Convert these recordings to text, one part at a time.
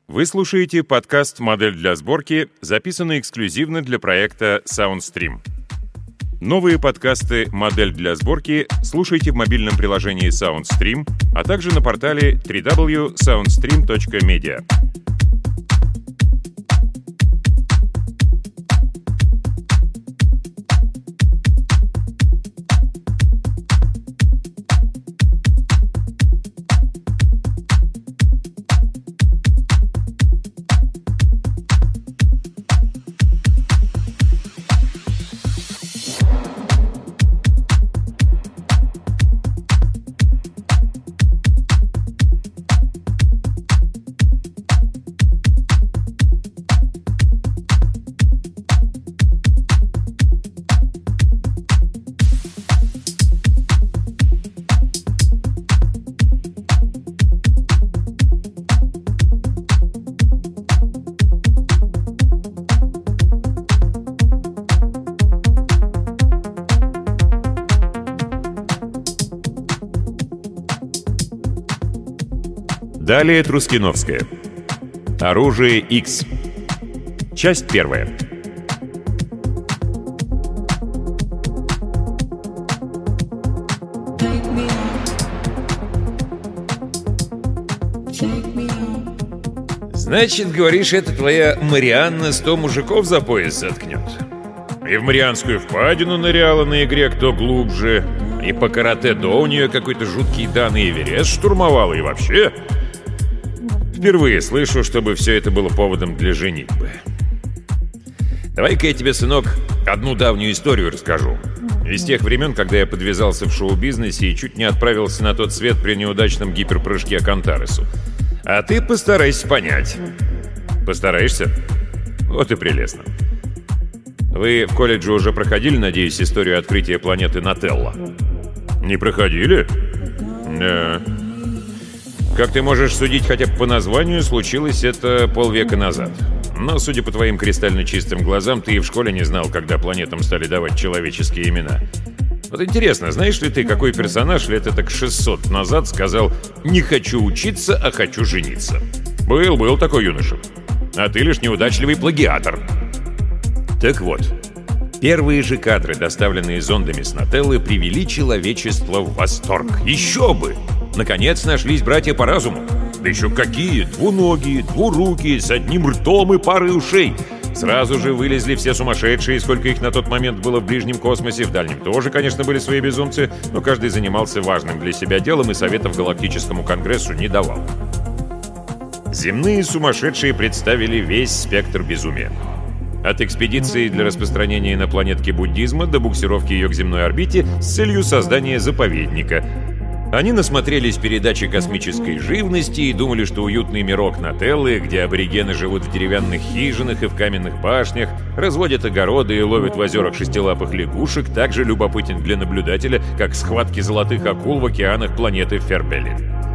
Вы слушаете подкаст «Модель для сборки», записанный эксклюзивно для проекта SoundStream. Новые подкасты «Модель для сборки» слушайте в мобильном приложении SoundStream, а также на портале www.soundstream.media. Далее Трускиновская. Оружие X. Часть первая. Значит, говоришь, это твоя Марианна 100 мужиков за пояс заткнет? И в Марианскую впадину ныряла на игре кто глубже, и по карате-до у нее какой-то жуткий дан, и Эверест штурмовала, и вообще... Впервые слышу, чтобы все это было поводом для женитьбы. Давай-ка я тебе, сынок, одну давнюю историю расскажу. Из тех времен, когда я подвязался в шоу-бизнесе и чуть не отправился на тот свет при неудачном гиперпрыжке к Антаресу. А ты постарайся понять. Постараешься? Вот и прелестно. Вы в колледже уже проходили, надеюсь, историю открытия планеты Нателла? Не проходили? Да. Как ты можешь судить хотя бы по названию, случилось это полвека назад. Но, судя по твоим кристально чистым глазам, ты и в школе не знал, когда планетам стали давать человеческие имена. Вот интересно, знаешь ли ты, какой персонаж лет так 600 назад сказал «Не хочу учиться, а хочу жениться»? Был такой юноша. А ты лишь неудачливый плагиатор. Так вот, первые же кадры, доставленные зондами с Нателлы, привели человечество в восторг. Еще бы! Наконец нашлись братья по разуму. Да еще какие! Двуногие, двурукие, с одним ртом и парой ушей. Сразу же вылезли все сумасшедшие, сколько их на тот момент было в ближнем космосе. В дальнем тоже, конечно, были свои безумцы, но каждый занимался важным для себя делом и советов Галактическому Конгрессу не давал. Земные сумасшедшие представили весь спектр безумия. От экспедиции для распространения инопланетки буддизма до буксировки ее к земной орбите с целью создания заповедника. Они насмотрелись передачи космической живности и думали, что уютный мирок Нателлы, где аборигены живут в деревянных хижинах и в каменных башнях, разводят огороды и ловят в озерах шестилапых лягушек, так же любопытен для наблюдателя, как схватки золотых акул в океанах планеты Фербелин.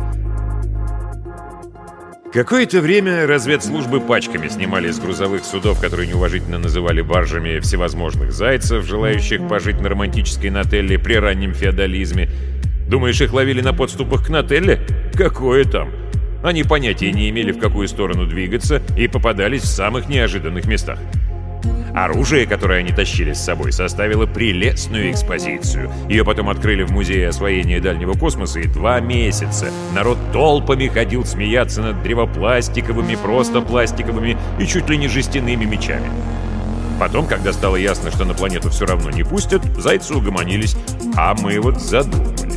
Какое-то время разведслужбы пачками снимали с грузовых судов, которые неуважительно называли баржами, всевозможных зайцев, желающих пожить на романтической Нателле при раннем феодализме. Думаешь, их ловили на подступах к Нателле? Какое там? Они понятия не имели, в какую сторону двигаться, и попадались в самых неожиданных местах. Оружие, которое они тащили с собой, составило прелестную экспозицию. Ее потом открыли в Музее освоения дальнего космоса, и 2 месяца народ толпами ходил смеяться над древопластиковыми, просто пластиковыми и чуть ли не жестяными мечами. Потом, когда стало ясно, что на планету все равно не пустят, зайцы угомонились, а мы вот задумались.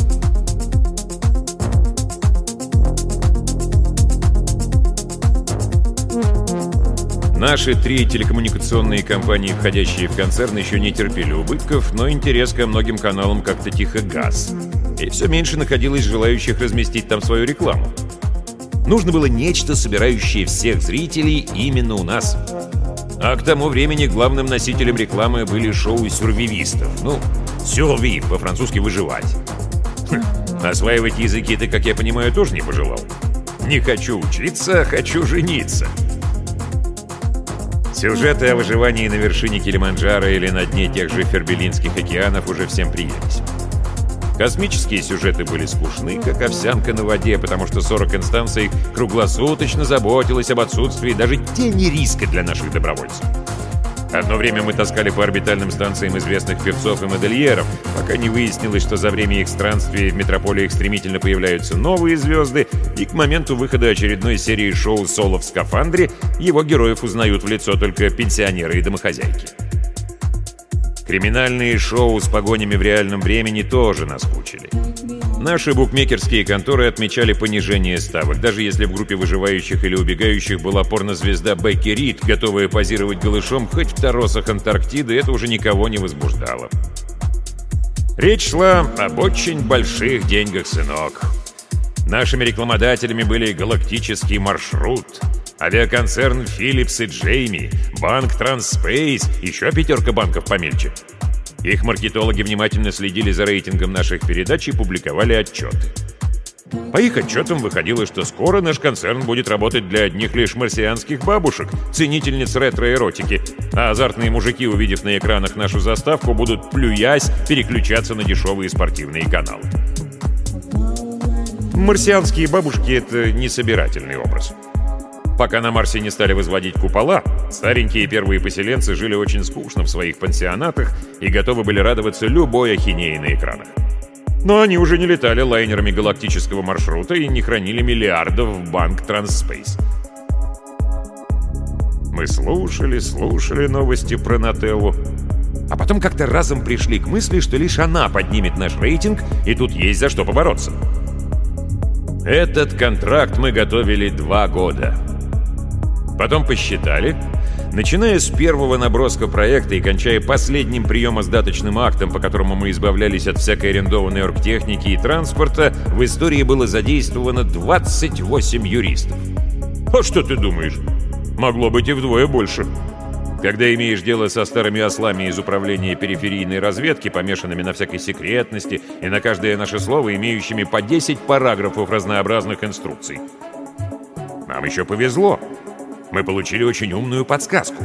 Наши 3 телекоммуникационные компании, входящие в концерн, еще не терпели убытков, но интерес ко многим каналам как-то тихо гас. И все меньше находилось желающих разместить там свою рекламу. Нужно было нечто, собирающее всех зрителей именно у нас. А к тому времени главным носителем рекламы были шоу сюрвивистов. Ну, сюрви, по-французски «выживать». Осваивать языки ты, как я понимаю, тоже не пожелал. Не хочу учиться, а хочу жениться. Сюжеты о выживании на вершине Килиманджаро или на дне тех же Фербелинских океанов уже всем приелись. Космические сюжеты были скучны, как овсянка на воде, потому что 40 инстанций круглосуточно заботилась об отсутствии даже тени риска для наших добровольцев. Одно время мы таскали по орбитальным станциям известных певцов и модельеров, пока не выяснилось, что за время их странствий в метрополиях стремительно появляются новые звезды, и к моменту выхода очередной серии шоу «Соло в скафандре» его героев узнают в лицо только пенсионеры и домохозяйки. Криминальные шоу с погонями в реальном времени тоже нас мучили. Наши букмекерские конторы отмечали понижение ставок, даже если в группе выживающих или убегающих была порнозвезда Бекки Рид, готовая позировать голышом хоть в торосах Антарктиды, это уже никого не возбуждало. Речь шла об очень больших деньгах, сынок. Нашими рекламодателями были «Галактический маршрут», авиаконцерн Philips и Джейми, банк Трансспейс, еще 5 банков помельче. Их маркетологи внимательно следили за рейтингом наших передач и публиковали отчеты. По их отчетам выходило, что скоро наш концерн будет работать для одних лишь марсианских бабушек, ценительниц ретро-эротики, а азартные мужики, увидев на экранах нашу заставку, будут, плюясь, переключаться на дешевые спортивные каналы. Марсианские бабушки — это не собирательный образ. Пока на Марсе не стали возводить купола, старенькие первые поселенцы жили очень скучно в своих пансионатах и готовы были радоваться любой ахинеи на экранах. Но они уже не летали лайнерами галактического маршрута и не хранили миллиардов в банк Трансспейс. Мы слушали новости про Нателлу, а потом как-то разом пришли к мысли, что лишь она поднимет наш рейтинг, и тут есть за что побороться. Этот контракт мы готовили 2 года. Потом посчитали, начиная с первого наброска проекта и кончая последним приемо-сдаточным актом, по которому мы избавлялись от всякой арендованной оргтехники и транспорта, в истории было задействовано 28 юристов. А что ты думаешь? Могло быть и вдвое больше. Когда имеешь дело со старыми ослами из управления периферийной разведки, помешанными на всякой секретности и на каждое наше слово, имеющими по 10 параграфов разнообразных инструкций. Нам еще повезло. Мы получили очень умную подсказку.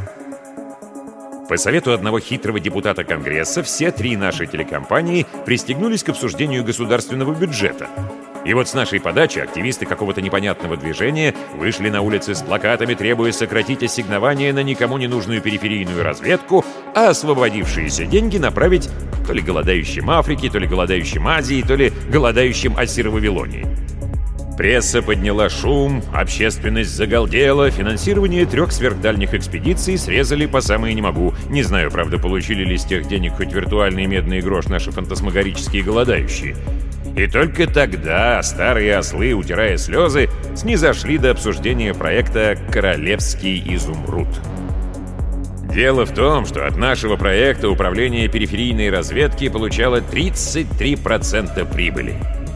По совету одного хитрого депутата Конгресса все 3 наши телекомпании пристегнулись к обсуждению государственного бюджета. И вот с нашей подачи активисты какого-то непонятного движения вышли на улицы с плакатами, требуя сократить ассигнования на никому не нужную периферийную разведку, а освободившиеся деньги направить то ли голодающим Африке, то ли голодающим Азии, то ли голодающим Ассиро-Вавилонии. Пресса подняла шум, общественность загалдела, финансирование 3 сверхдальних экспедиций срезали по самое не могу. Не знаю, правда, получили ли с тех денег хоть виртуальный медный грош наши фантасмагорические голодающие. И только тогда старые ослы, утирая слезы, снизошли до обсуждения проекта «Королевский изумруд». Дело в том, что от нашего проекта управление периферийной разведки получало 33% прибыли.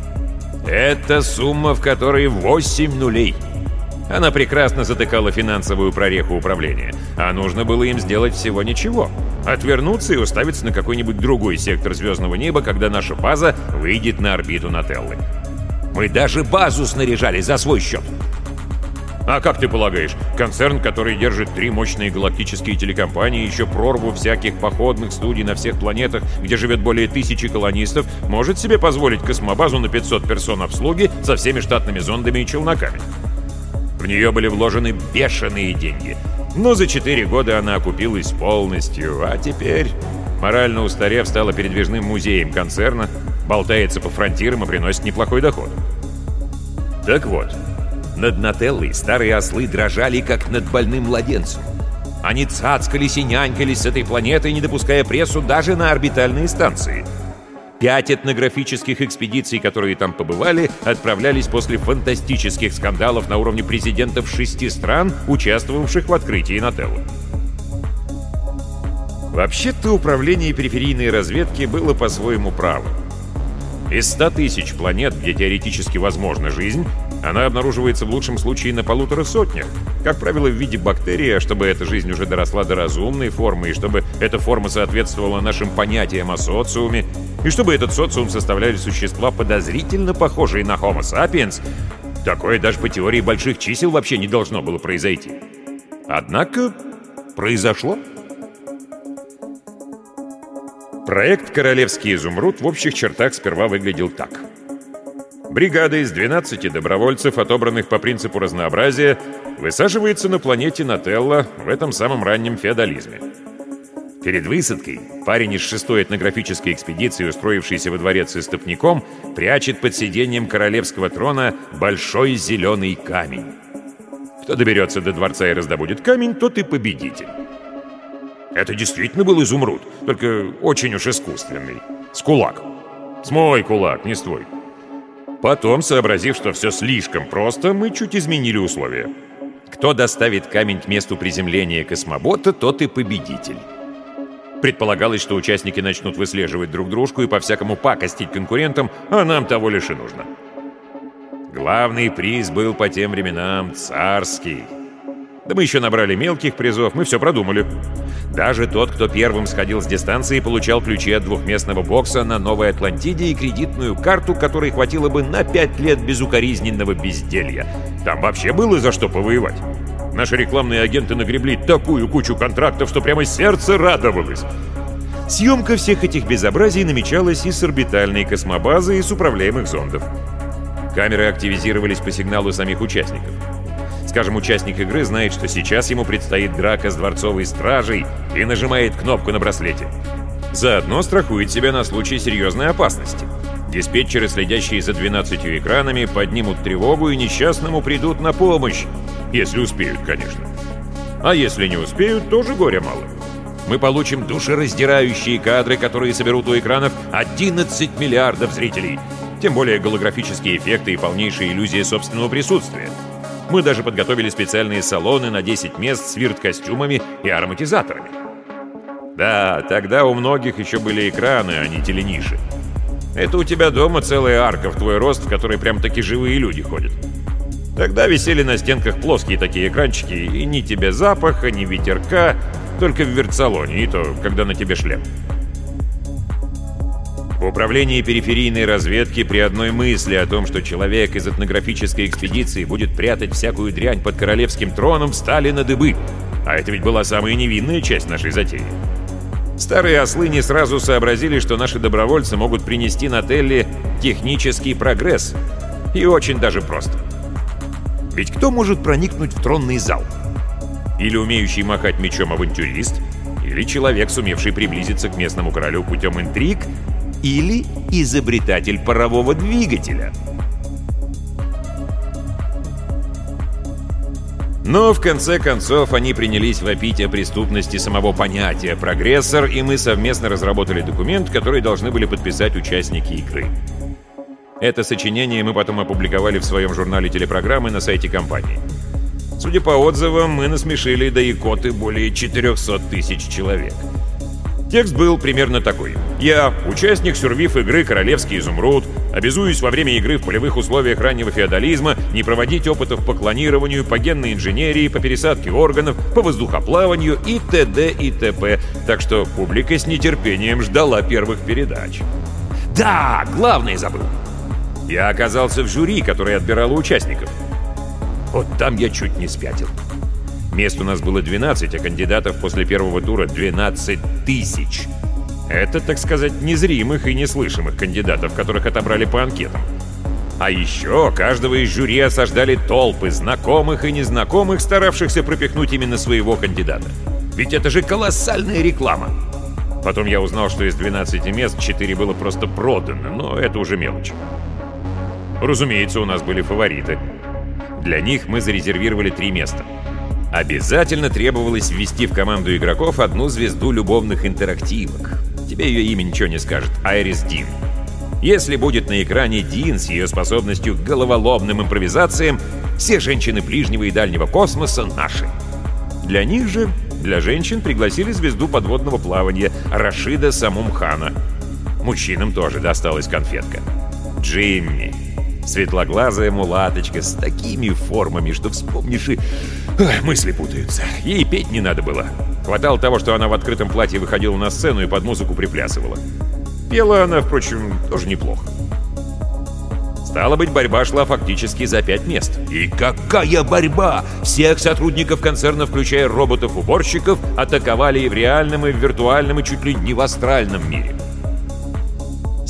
Это сумма, в которой 8 нулей. Она прекрасно затыкала финансовую прореху управления, а нужно было им сделать всего ничего. Отвернуться и уставиться на какой-нибудь другой сектор звездного неба, когда наша база выйдет на орбиту Нателлы. Мы даже базу снаряжали за свой счет. А как ты полагаешь, концерн, который держит 3 мощные галактические телекомпании, еще прорву всяких походных студий на всех планетах, где живет более 1000 колонистов, может себе позволить космобазу на 500 персон обслуги со всеми штатными зондами и челноками? В нее были вложены бешеные деньги. Но за 4 года она окупилась полностью, а теперь, морально устарев, стала передвижным музеем концерна, болтается по фронтирам и приносит неплохой доход. Так вот, над Нателлой старые ослы дрожали, как над больным младенцем. Они цацкались и нянькались с этой планетой, не допуская прессу даже на орбитальные станции. 5 этнографических экспедиций, которые там побывали, отправлялись после фантастических скандалов на уровне президентов 6 стран, участвовавших в открытии Нателлы. Вообще-то управление периферийной разведки было по-своему правым. Из 100 тысяч планет, где теоретически возможна жизнь, она обнаруживается в лучшем случае на 150, как правило, в виде бактерий, а чтобы эта жизнь уже доросла до разумной формы, и чтобы эта форма соответствовала нашим понятиям о социуме, и чтобы этот социум составляли существа, подозрительно похожие на Homo sapiens, такое даже по теории больших чисел вообще не должно было произойти. Однако произошло. Проект «Королевский изумруд» в общих чертах сперва выглядел так. Бригада из 12 добровольцев, отобранных по принципу разнообразия, высаживается на планете Нателла в этом самом раннем феодализме. Перед высадкой парень из 6-й этнографической экспедиции, устроившийся во дворец истопником, прячет под сиденьем королевского трона большой зеленый камень. Кто доберется до дворца и раздобудет камень, тот и победитель. Это действительно был изумруд, только очень уж искусственный. С кулак. С мой кулак, не с твой. Потом, сообразив, что все слишком просто, мы чуть изменили условия. Кто доставит камень к месту приземления космобота, тот и победитель. Предполагалось, что участники начнут выслеживать друг дружку и по-всякому пакостить конкурентам, а нам того лишь и нужно. Главный приз был по тем временам царский. Да мы еще набрали мелких призов, мы все продумали. Даже тот, кто первым сходил с дистанции, получал ключи от двухместного бокса на Новой Атлантиде и кредитную карту, которой хватило бы на 5 лет безукоризненного безделья. Там вообще было за что повоевать. Наши рекламные агенты нагребли такую кучу контрактов, что прямо сердце радовалось. Съемка всех этих безобразий намечалась и с орбитальной космобазы, и с управляемых зондов. Камеры активизировались по сигналу самих участников. Скажем, участник игры знает, что сейчас ему предстоит драка с дворцовой стражей и нажимает кнопку на браслете. Заодно страхует себя на случай серьезной опасности. Диспетчеры, следящие за 12 экранами, поднимут тревогу и несчастному придут на помощь. Если успеют, конечно. А если не успеют, тоже горя мало. Мы получим душераздирающие кадры, которые соберут у экранов 11 миллиардов зрителей. Тем более голографические эффекты и полнейшая иллюзия собственного присутствия. Мы даже подготовили специальные салоны на 10 мест с вирт-костюмами и ароматизаторами. Да, тогда у многих еще были экраны, а не телениши. Это у тебя дома целая арка в твой рост, в которой прям-таки живые люди ходят. Тогда висели на стенках плоские такие экранчики, и ни тебе запаха, ни ветерка, только в вирт-салоне, и то, когда на тебе шлем. В управлении периферийной разведки при одной мысли о том, что человек из этнографической экспедиции будет прятать всякую дрянь под королевским троном, встали на дыбы. А это ведь была самая невинная часть нашей затеи. Старые ослы не сразу сообразили, что наши добровольцы могут принести Нателле технический прогресс. И очень даже просто. Ведь кто может проникнуть в тронный зал? Или умеющий махать мечом авантюрист, или человек, сумевший приблизиться к местному королю путем интриг, или изобретатель парового двигателя. Но в конце концов они принялись вопить о преступности самого понятия «прогрессор», и мы совместно разработали документ, который должны были подписать участники игры. Это сочинение мы потом опубликовали в своем журнале телепрограммы на сайте компании. Судя по отзывам, мы насмешили до икоты более 400 тысяч человек. Текст был примерно такой. Я, участник сюрвив игры «Королевский изумруд», обязуюсь во время игры в полевых условиях раннего феодализма не проводить опытов по клонированию, по генной инженерии, по пересадке органов, по воздухоплаванию и т.д. и т.п. Так что публика с нетерпением ждала первых передач. Да, главное забыл. Я оказался в жюри, которое отбирало участников. Вот там я чуть не спятил. Мест у нас было 12, а кандидатов после первого тура 12 тысяч. Это, так сказать, незримых и неслышимых кандидатов, которых отобрали по анкетам. А еще каждого из жюри осаждали толпы знакомых и незнакомых, старавшихся пропихнуть именно своего кандидата. Ведь это же колоссальная реклама. Потом я узнал, что из 12 мест 4 было просто продано, но это уже мелочь. Разумеется, у нас были фавориты. Для них мы зарезервировали 3 места. Обязательно требовалось ввести в команду игроков одну звезду любовных интерактивок. Тебе ее имя ничего не скажет. Айрис Дин. Если будет на экране Дин с ее способностью к головоломным импровизациям, все женщины ближнего и дальнего космоса наши. Для них же, для женщин, пригласили звезду подводного плавания Рашида Самумхана. Мужчинам тоже досталась конфетка. Джимми. Светлоглазая мулаточка с такими формами, что вспомнишь и... мысли путаются. Ей петь не надо было. Хватало того, что она в открытом платье выходила на сцену и под музыку приплясывала. Пела она, впрочем, тоже неплохо. Стало быть, борьба шла фактически за 5 мест. И какая борьба! Всех сотрудников концерна, включая роботов-уборщиков, атаковали и в реальном, и в виртуальном, и чуть ли не в астральном мире.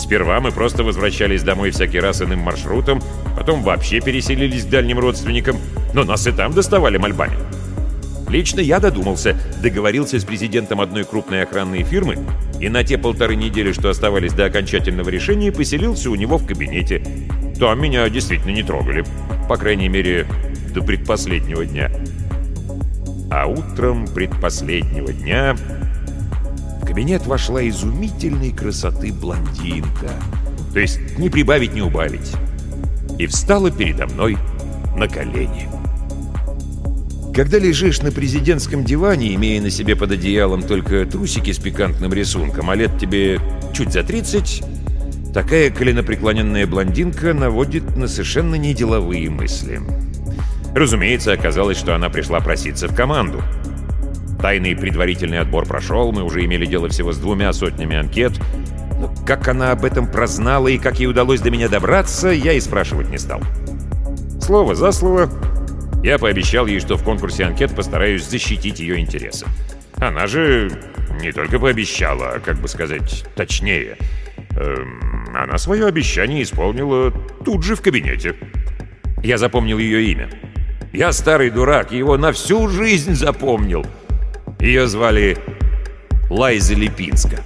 Сперва мы просто возвращались домой всякий раз иным маршрутом, потом вообще переселились к дальним родственникам, но нас и там доставали мольбами. Лично я додумался, договорился с президентом одной крупной охранной фирмы и на те 1,5 недели, что оставались до окончательного решения, поселился у него в кабинете. Там меня действительно не трогали, по крайней мере, до предпоследнего дня. А утром предпоследнего дня в кабинет вошла изумительной красоты блондинка, то есть не прибавить, не убавить, и встала передо мной на колени. Когда лежишь на президентском диване, имея на себе под одеялом только трусики с пикантным рисунком, а лет тебе чуть за 30, такая коленопреклоненная блондинка наводит на совершенно неделовые мысли. Разумеется, оказалось, что она пришла проситься в команду. Тайный предварительный отбор прошел, мы уже имели дело всего с 2 сотнями анкет. Но как она об этом прознала и как ей удалось до меня добраться, я и спрашивать не стал. Слово за слово, я пообещал ей, что в конкурсе анкет постараюсь защитить ее интересы. Она же не только пообещала, а, как бы сказать, точнее, она свое обещание исполнила тут же в кабинете. Я запомнил ее имя. Я старый дурак, его на всю жизнь запомнил. Ее звали Лайза Липинска.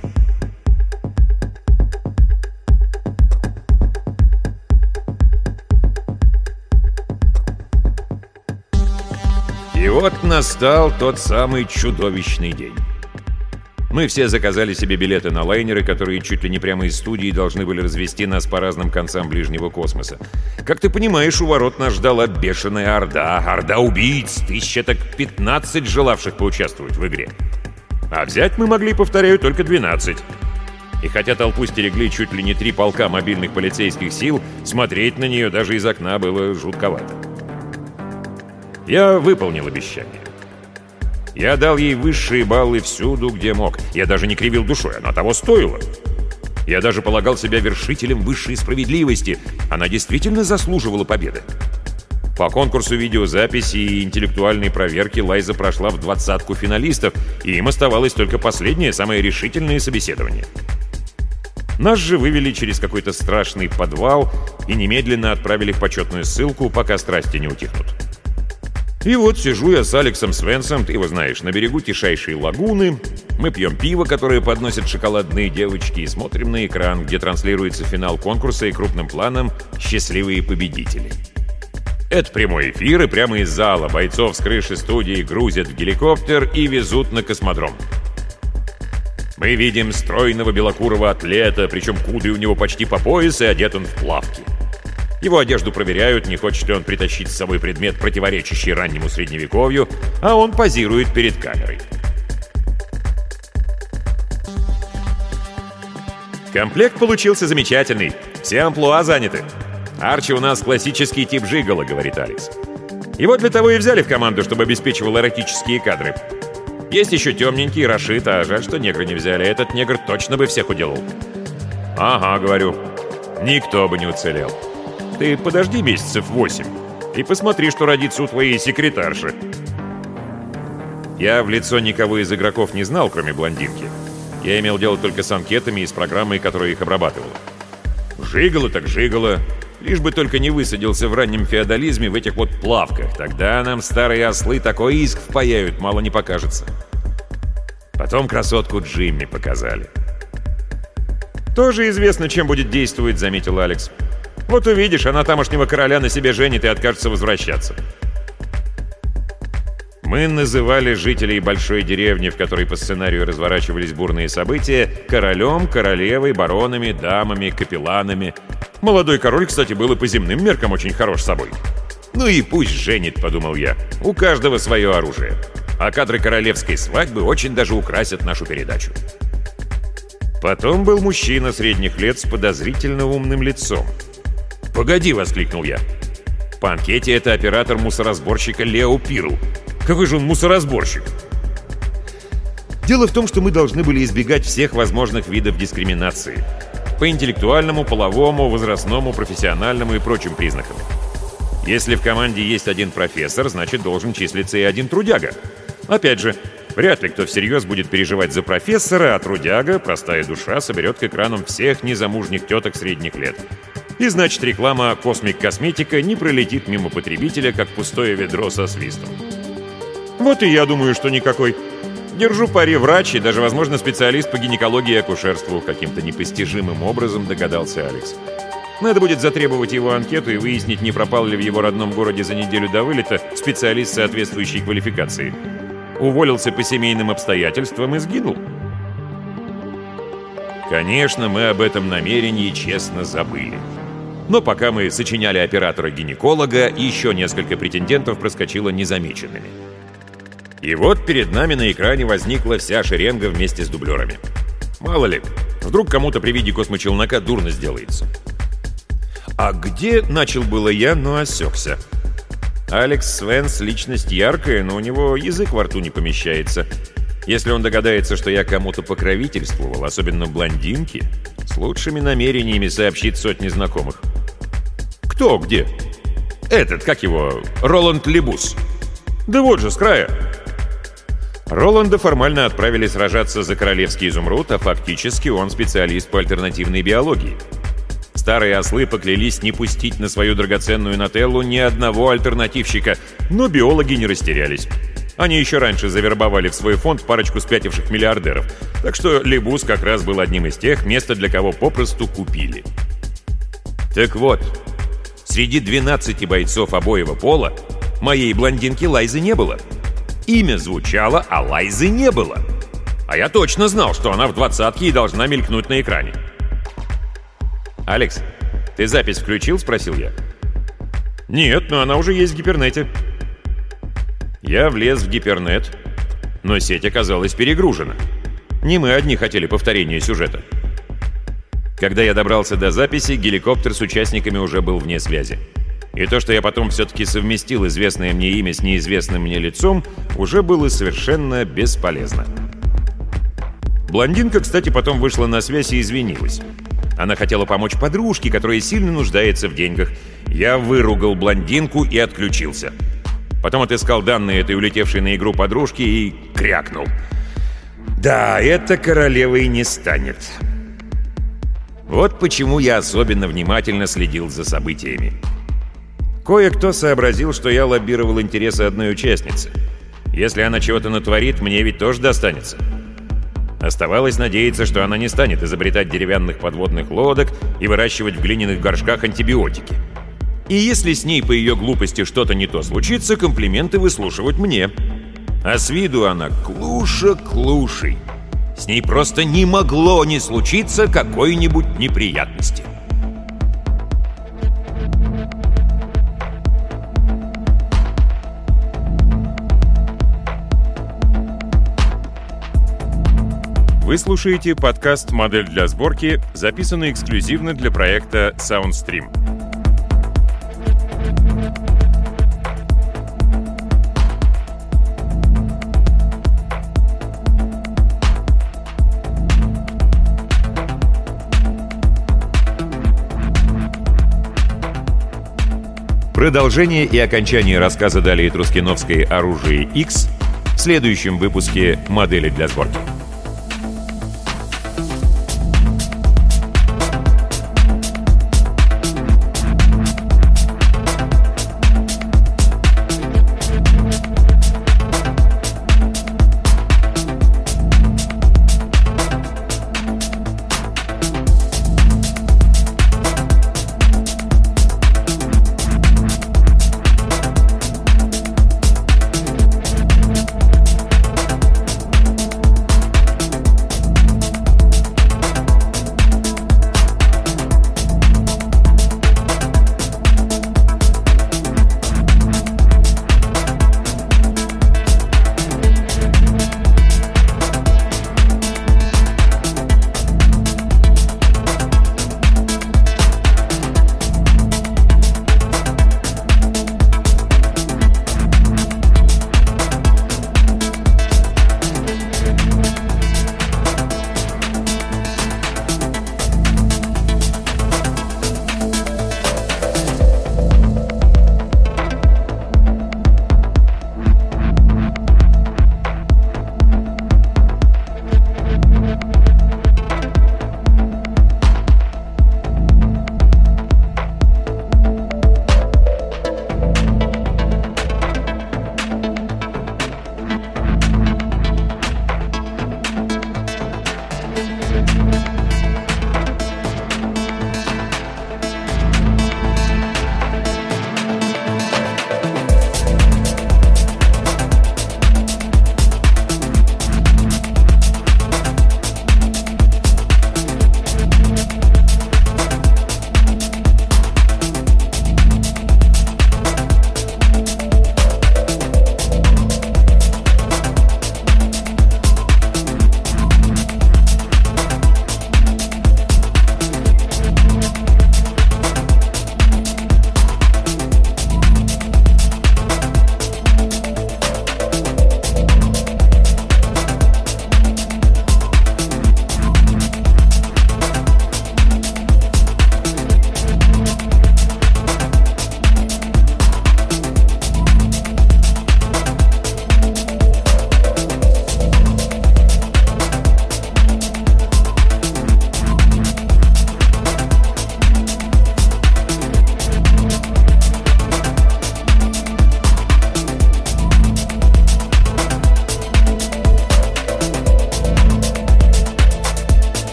И вот настал тот самый чудовищный день. Мы все заказали себе билеты на лайнеры, которые чуть ли не прямо из студии должны были развести нас по разным концам ближнего космоса. Как ты понимаешь, у ворот нас ждала бешеная орда убийц, 15 желавших поучаствовать в игре. А взять мы могли, повторяю, только 12. И хотя толпу стерегли чуть ли не 3 полка мобильных полицейских сил, смотреть на нее даже из окна было жутковато. Я выполнил обещание. Я дал ей высшие баллы всюду, где мог. Я даже не кривил душой, она того стоила. Я даже полагал себя вершителем высшей справедливости. Она действительно заслуживала победы. По конкурсу видеозаписи и интеллектуальной проверки Лайза прошла в 20-ку финалистов, и им оставалось только последнее, самое решительное собеседование. Нас же вывели через какой-то страшный подвал и немедленно отправили в почетную ссылку, пока страсти не утихнут. И вот сижу я с Алексом Свенсом, ты его знаешь, на берегу тишайшей лагуны. Мы пьем пиво, которое подносят шоколадные девочки, и смотрим на экран, где транслируется финал конкурса и крупным планом «Счастливые победители». Это прямой эфир, и прямо из зала бойцов с крыши студии грузят в геликоптер и везут на космодром. Мы видим стройного белокурого атлета, причем кудри у него почти по пояс, и одет он в плавки. Его одежду проверяют, не хочет ли он притащить с собой предмет, противоречащий раннему средневековью, а он позирует перед камерой. Комплект получился замечательный. Все амплуа заняты. Арчи у нас классический тип жигало, говорит Алекс. Его для того и взяли в команду, чтобы обеспечивал эротические кадры. Есть еще темненький Рашид, а жаль, что негра не взяли. Этот негр точно бы всех уделал. Ага, говорю. Никто бы не уцелел. Ты подожди месяцев 8 и посмотри, что родится у твоей секретарши. Я в лицо никого из игроков не знал, кроме блондинки. Я имел дело только с анкетами и с программой, которая их обрабатывала. Жигало так жигало. Лишь бы только не высадился в раннем феодализме в этих вот плавках. Тогда нам старые ослы такой иск впаяют, мало не покажется. Потом красотку Джимми показали. «Тоже известно, чем будет действовать», — заметил Алекс. «Вот увидишь, она тамошнего короля на себе женит и откажется возвращаться». Мы называли жителей большой деревни, в которой по сценарию разворачивались бурные события, королем, королевой, баронами, дамами, капелланами. Молодой король, кстати, был и по земным меркам очень хорош собой. «Ну и пусть женит», — подумал я. «У каждого свое оружие. А кадры королевской свадьбы очень даже украсят нашу передачу». Потом был мужчина средних лет с подозрительно умным лицом. «Погоди!» — воскликнул я. «По анкете это оператор мусоросборщика Лео Пирл. Какой же он мусоросборщик?» Дело в том, что мы должны были избегать всех возможных видов дискриминации. По интеллектуальному, половому, возрастному, профессиональному и прочим признакам. Если в команде есть один профессор, значит должен числиться и один трудяга. Опять же, Вряд ли кто всерьез будет переживать за профессора, а трудяга, простая душа, соберет к экранам всех незамужних теток средних лет. И значит, реклама «Космик Косметика» не пролетит мимо потребителя, как пустое ведро со свистом. Вот и я думаю, что никакой. Держу пари, врач и даже, возможно, специалист по гинекологии и акушерству. Каким-то непостижимым образом догадался Алекс. Надо будет затребовать его анкету и выяснить, не пропал ли в его родном городе за неделю до вылета специалист соответствующей квалификации. Уволился по семейным обстоятельствам и сгинул. Конечно, мы об этом намерении честно забыли. Но пока мы сочиняли оператора-гинеколога, еще несколько претендентов проскочило незамеченными. И вот перед нами на экране возникла вся шеренга вместе с дублерами. Мало ли, вдруг кому-то при виде космочелнока дурно сделается. «А где?» — начал было я, но осекся. Алекс Свенс — личность яркая, но у него язык во рту не помещается. Если он догадается, что я кому-то покровительствовал, особенно блондинке, с лучшими намерениями сообщит сотни знакомых. «Кто где?» «Этот, как его, Роланд Лебус». «Да вот же, с края». Роланда формально отправили сражаться за королевский изумруд, а фактически он специалист по альтернативной биологии. Старые ослы поклялись не пустить на свою драгоценную Нателлу ни одного альтернативщика, но биологи не растерялись. Они еще раньше завербовали в свой фонд парочку спятивших миллиардеров, так что Лебус как раз был одним из тех, место для кого попросту купили. Так вот, среди 12 бойцов обоего пола моей блондинки Лайзы не было. Имя звучало, а Лайзы не было. А я точно знал, что она в 20-ке и должна мелькнуть на экране. «Алекс, ты запись включил?» — спросил я. «Нет, но она уже есть в гипернете». Я влез в гипернет, но сеть оказалась перегружена. Не мы одни хотели повторения сюжета. Когда я добрался до записи, геликоптер с участниками уже был вне связи. И то, что я потом все-таки совместил известное мне имя с неизвестным мне лицом, уже было совершенно бесполезно. Блондинка, кстати, потом вышла на связь и извинилась. Она хотела помочь подружке, которая сильно нуждается в деньгах. Я выругал блондинку и отключился. Потом отыскал данные этой улетевшей на игру подружки и крякнул. Да, эта королевой не станет. Вот почему я особенно внимательно следил за событиями. Кое-кто сообразил, что я лоббировал интересы одной участницы. Если она чего-то натворит, мне ведь тоже достанется. Оставалось надеяться, что она не станет изобретать деревянных подводных лодок и выращивать в глиняных горшках антибиотики. И если с ней по ее глупости что-то не то случится, комплименты выслушивать мне. А с виду она клуша-клушей. С ней просто не могло не случиться какой-нибудь неприятности. Вы слушаете подкаст «Модель для сборки», записанный эксклюзивно для проекта SoundStream. Продолжение и окончание рассказа Далии Трускиновской «Оружие X» в следующем выпуске «Модели для сборки».